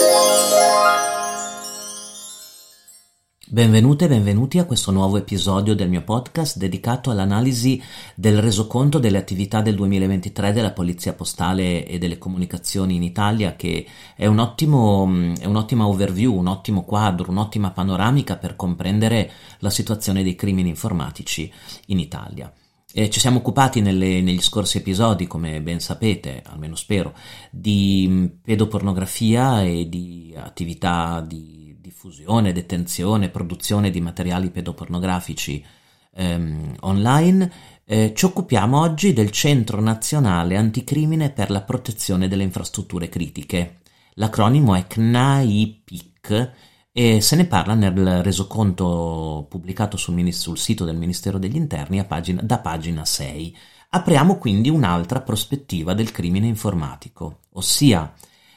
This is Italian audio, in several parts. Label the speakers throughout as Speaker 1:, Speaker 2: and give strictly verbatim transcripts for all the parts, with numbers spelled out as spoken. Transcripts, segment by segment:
Speaker 1: Benvenute e benvenuti a questo nuovo episodio del mio podcast dedicato all'analisi del resoconto delle attività del duemilaventitré della Polizia Postale e delle Comunicazioni in Italia, che è un ottimo, è un'ottima overview, un ottimo quadro, un'ottima panoramica per comprendere la situazione dei crimini informatici in Italia. Eh, ci siamo occupati nelle, negli scorsi episodi, come ben sapete, almeno spero, di pedopornografia e di attività di diffusione, detenzione, produzione di materiali pedopornografici ehm, online. Eh, ci occupiamo oggi del Centro Nazionale Anticrimine per la Protezione delle Infrastrutture Critiche. L'acronimo è C N A I P I C e se ne parla nel resoconto pubblicato sul, sul sito del Ministero degli Interni a pagina, da pagina sei. Apriamo quindi un'altra prospettiva del crimine informatico, ossia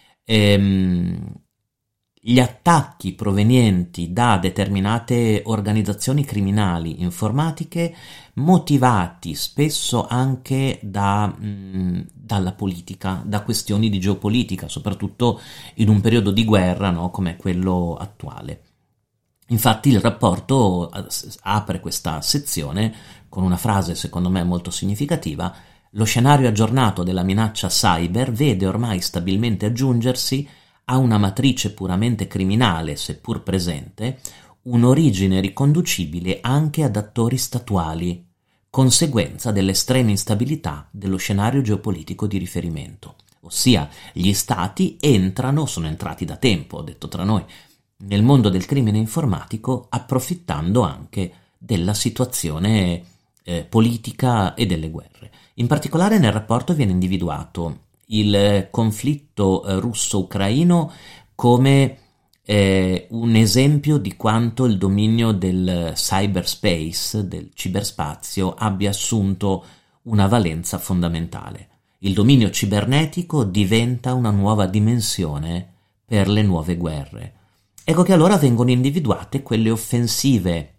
Speaker 1: ehm, gli attacchi provenienti da determinate organizzazioni criminali informatiche motivati spesso anche da, mh, dalla politica, da questioni di geopolitica, soprattutto in un periodo di guerra, no, come quello attuale. Infatti il rapporto apre questa sezione con una frase secondo me molto significativa: lo scenario aggiornato della minaccia cyber vede ormai stabilmente aggiungersi a una matrice puramente criminale, seppur presente, un'origine riconducibile anche ad attori statuali, conseguenza dell'estrema instabilità dello scenario geopolitico di riferimento. Ossia, gli stati entrano, sono entrati da tempo, detto tra noi, nel mondo del crimine informatico, approfittando anche della situazione eh, politica e delle guerre. In particolare nel rapporto viene individuato il conflitto russo-ucraino come eh, un esempio di quanto il dominio del cyberspace, del ciberspazio, abbia assunto una valenza fondamentale. Il dominio cibernetico diventa una nuova dimensione per le nuove guerre. Ecco che allora vengono individuate quelle offensive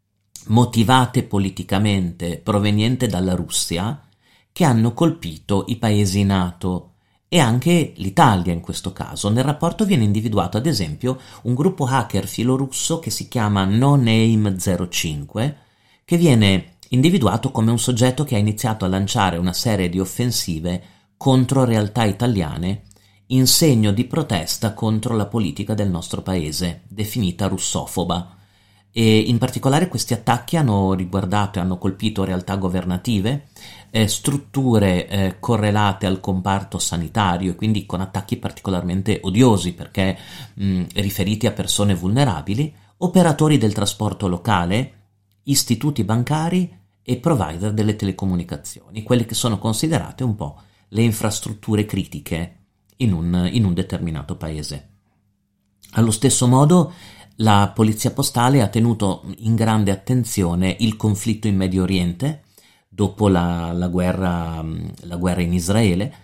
Speaker 1: motivate politicamente, proveniente dalla Russia, che hanno colpito i paesi NATO e anche l'Italia in questo caso. Nel rapporto viene individuato ad esempio un gruppo hacker filorusso che si chiama No Name zero cinque, che viene individuato come un soggetto che ha iniziato a lanciare una serie di offensive contro realtà italiane in segno di protesta contro la politica del nostro paese, definita russofoba. E in particolare questi attacchi hanno riguardato e hanno colpito realtà governative, eh, strutture eh, correlate al comparto sanitario, e quindi con attacchi particolarmente odiosi perché mh, riferiti a persone vulnerabili, operatori del trasporto locale, istituti bancari e provider delle telecomunicazioni, quelle che sono considerate un po' le infrastrutture critiche in un, in un determinato paese. Allo stesso modo la Polizia Postale ha tenuto in grande attenzione il conflitto in Medio Oriente dopo la, la, guerra, la guerra in Israele,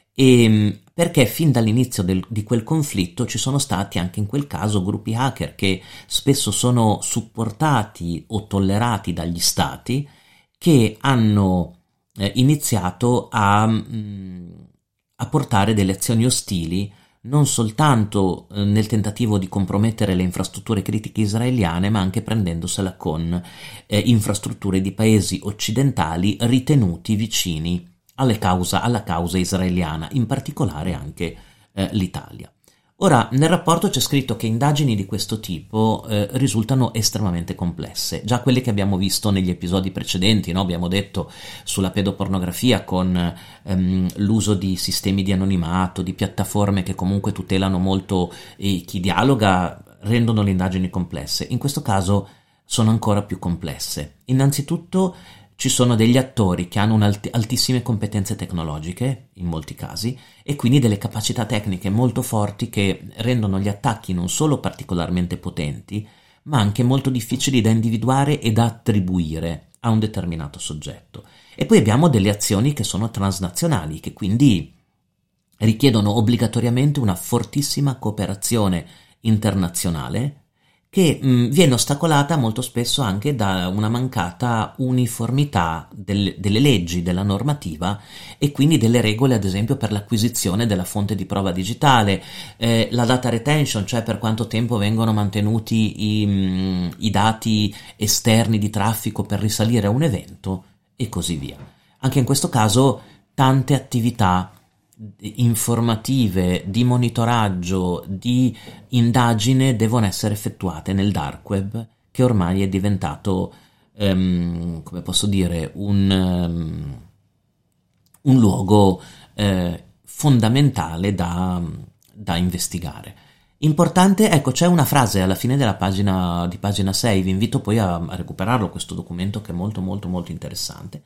Speaker 1: e perché fin dall'inizio del, di quel conflitto ci sono stati anche in quel caso gruppi hacker che spesso sono supportati o tollerati dagli stati, che hanno eh, iniziato a, mh, a portare delle azioni ostili non soltanto nel tentativo di compromettere le infrastrutture critiche israeliane, ma anche prendendosela con eh, infrastrutture di paesi occidentali ritenuti vicini alle causa, alla causa israeliana, in particolare anche eh, l'Italia. Ora, nel rapporto c'è scritto che indagini di questo tipo eh, risultano estremamente complesse. Già quelle che abbiamo visto negli episodi precedenti, no? Abbiamo detto sulla pedopornografia con ehm, l'uso di sistemi di anonimato, di piattaforme che comunque tutelano molto eh, chi dialoga, rendono le indagini complesse. In questo caso sono ancora più complesse. Innanzitutto ci sono degli attori che hanno alt- altissime competenze tecnologiche, in molti casi, e quindi delle capacità tecniche molto forti che rendono gli attacchi non solo particolarmente potenti, ma anche molto difficili da individuare e da attribuire a un determinato soggetto. E poi abbiamo delle azioni che sono transnazionali, che quindi richiedono obbligatoriamente una fortissima cooperazione internazionale, che mh, viene ostacolata molto spesso anche da una mancata uniformità del, delle leggi, della normativa e quindi delle regole, ad esempio per l'acquisizione della fonte di prova digitale, eh, la data retention, cioè per quanto tempo vengono mantenuti i, mh, i dati esterni di traffico per risalire a un evento e così via. Anche in questo caso tante attività informative, di monitoraggio, di indagine devono essere effettuate nel dark web, che ormai è diventato, um, come posso dire, un, um, un luogo eh, fondamentale da, da investigare. Importante, ecco, c'è una frase alla fine della pagina di pagina sei, vi invito poi a, a recuperarlo questo documento che è molto molto molto interessante.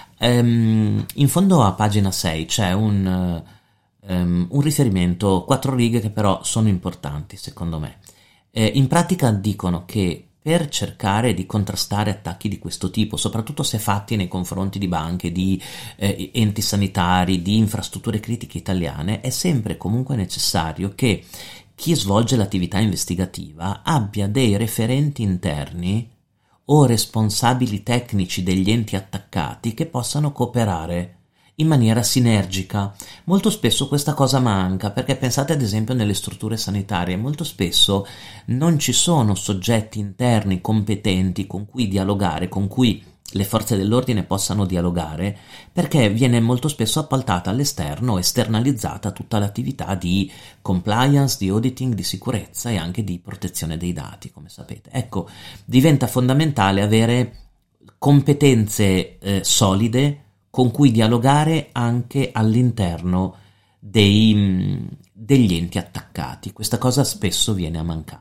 Speaker 1: Um, in fondo a pagina sei c'è un, um, un riferimento, quattro righe che però sono importanti secondo me. Eh, in pratica dicono che per cercare di contrastare attacchi di questo tipo, soprattutto se fatti nei confronti di banche, di eh, enti sanitari, di infrastrutture critiche italiane, è sempre comunque necessario che chi svolge l'attività investigativa abbia dei referenti interni o responsabili tecnici degli enti attaccati che possano cooperare in maniera sinergica. Molto spesso questa cosa manca, perché pensate ad esempio nelle strutture sanitarie, molto spesso non ci sono soggetti interni competenti con cui dialogare, con cui le forze dell'ordine possano dialogare, perché viene molto spesso appaltata all'esterno, esternalizzata tutta l'attività di compliance, di auditing, di sicurezza e anche di protezione dei dati, come sapete. Ecco, diventa fondamentale avere competenze eh, solide con cui dialogare anche all'interno dei, degli enti attaccati. Questa cosa spesso viene a mancare.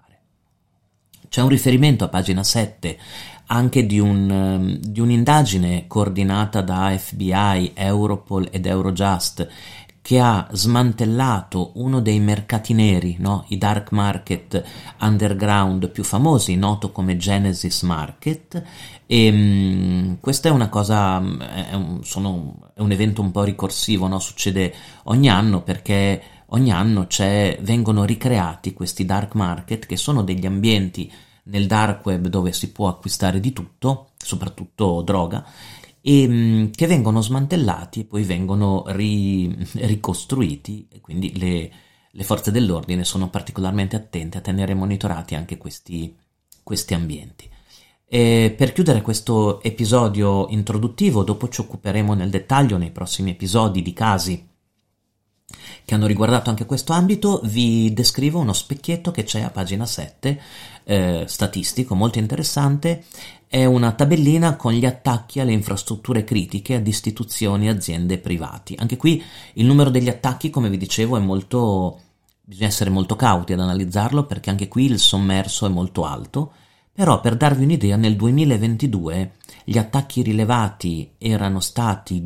Speaker 1: C'è un riferimento a pagina sette anche di, un, di un'indagine coordinata da F B I, Europol ed Eurojust che ha smantellato uno dei mercati neri, no? I dark market underground più famosi, noto come Genesis Market, e mh, questa è una cosa, è un, sono, è un evento un po' ricorsivo, no? Succede ogni anno perché ogni anno c'è, vengono ricreati questi dark market che sono degli ambienti nel dark web dove si può acquistare di tutto, soprattutto droga, e mh, che vengono smantellati e poi vengono ri, ricostruiti, e quindi le, le forze dell'ordine sono particolarmente attente a tenere monitorati anche questi, questi ambienti. E per chiudere questo episodio introduttivo, dopo ci occuperemo nel dettaglio nei prossimi episodi di casi che hanno riguardato anche questo ambito, vi descrivo uno specchietto che c'è a pagina sette, eh, statistico, molto interessante. È una tabellina con gli attacchi alle infrastrutture critiche ad istituzioni, aziende e privati. Anche qui il numero degli attacchi, come vi dicevo, è molto, bisogna essere molto cauti ad analizzarlo, perché anche qui il sommerso è molto alto. Però per darvi un'idea, nel duemilaventidue gli attacchi rilevati erano stati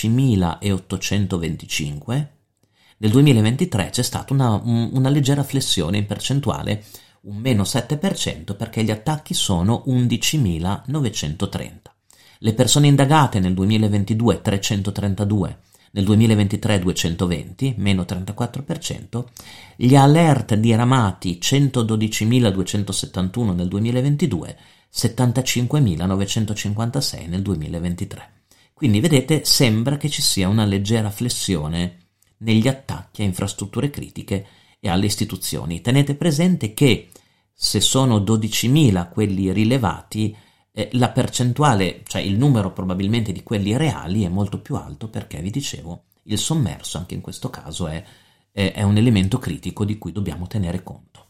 Speaker 1: dodicimilaottocentoventicinque. Nel duemilaventitré c'è stata una, un, una leggera flessione in percentuale, un meno sette per cento, perché gli attacchi sono undicimilanovecentotrenta. Le persone indagate nel duemilaventidue trecentotrentadue, nel duemilaventitré duecentoventi, meno trentaquattro per cento. Gli alert diramati centododicimiladuecentosettantuno nel duemilaventidue, settantacinquemilanovecentocinquantasei nel duemilaventitré. Quindi vedete, sembra che ci sia una leggera flessione negli attacchi a infrastrutture critiche e alle istituzioni. Tenete presente che se sono dodicimila quelli rilevati, eh, la percentuale, cioè il numero probabilmente di quelli reali è molto più alto, perché vi dicevo, il sommerso anche in questo caso è, è, è un elemento critico di cui dobbiamo tenere conto.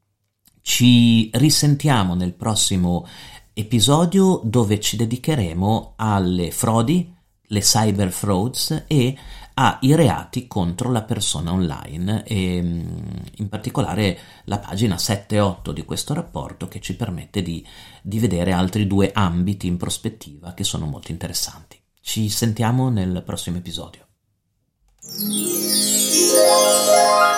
Speaker 1: Ci risentiamo nel prossimo episodio, dove ci dedicheremo alle frodi, le cyber frauds e ai reati contro la persona online, e in particolare la pagina sette e otto di questo rapporto, che ci permette di, di vedere altri due ambiti in prospettiva che sono molto interessanti. Ci sentiamo nel prossimo episodio.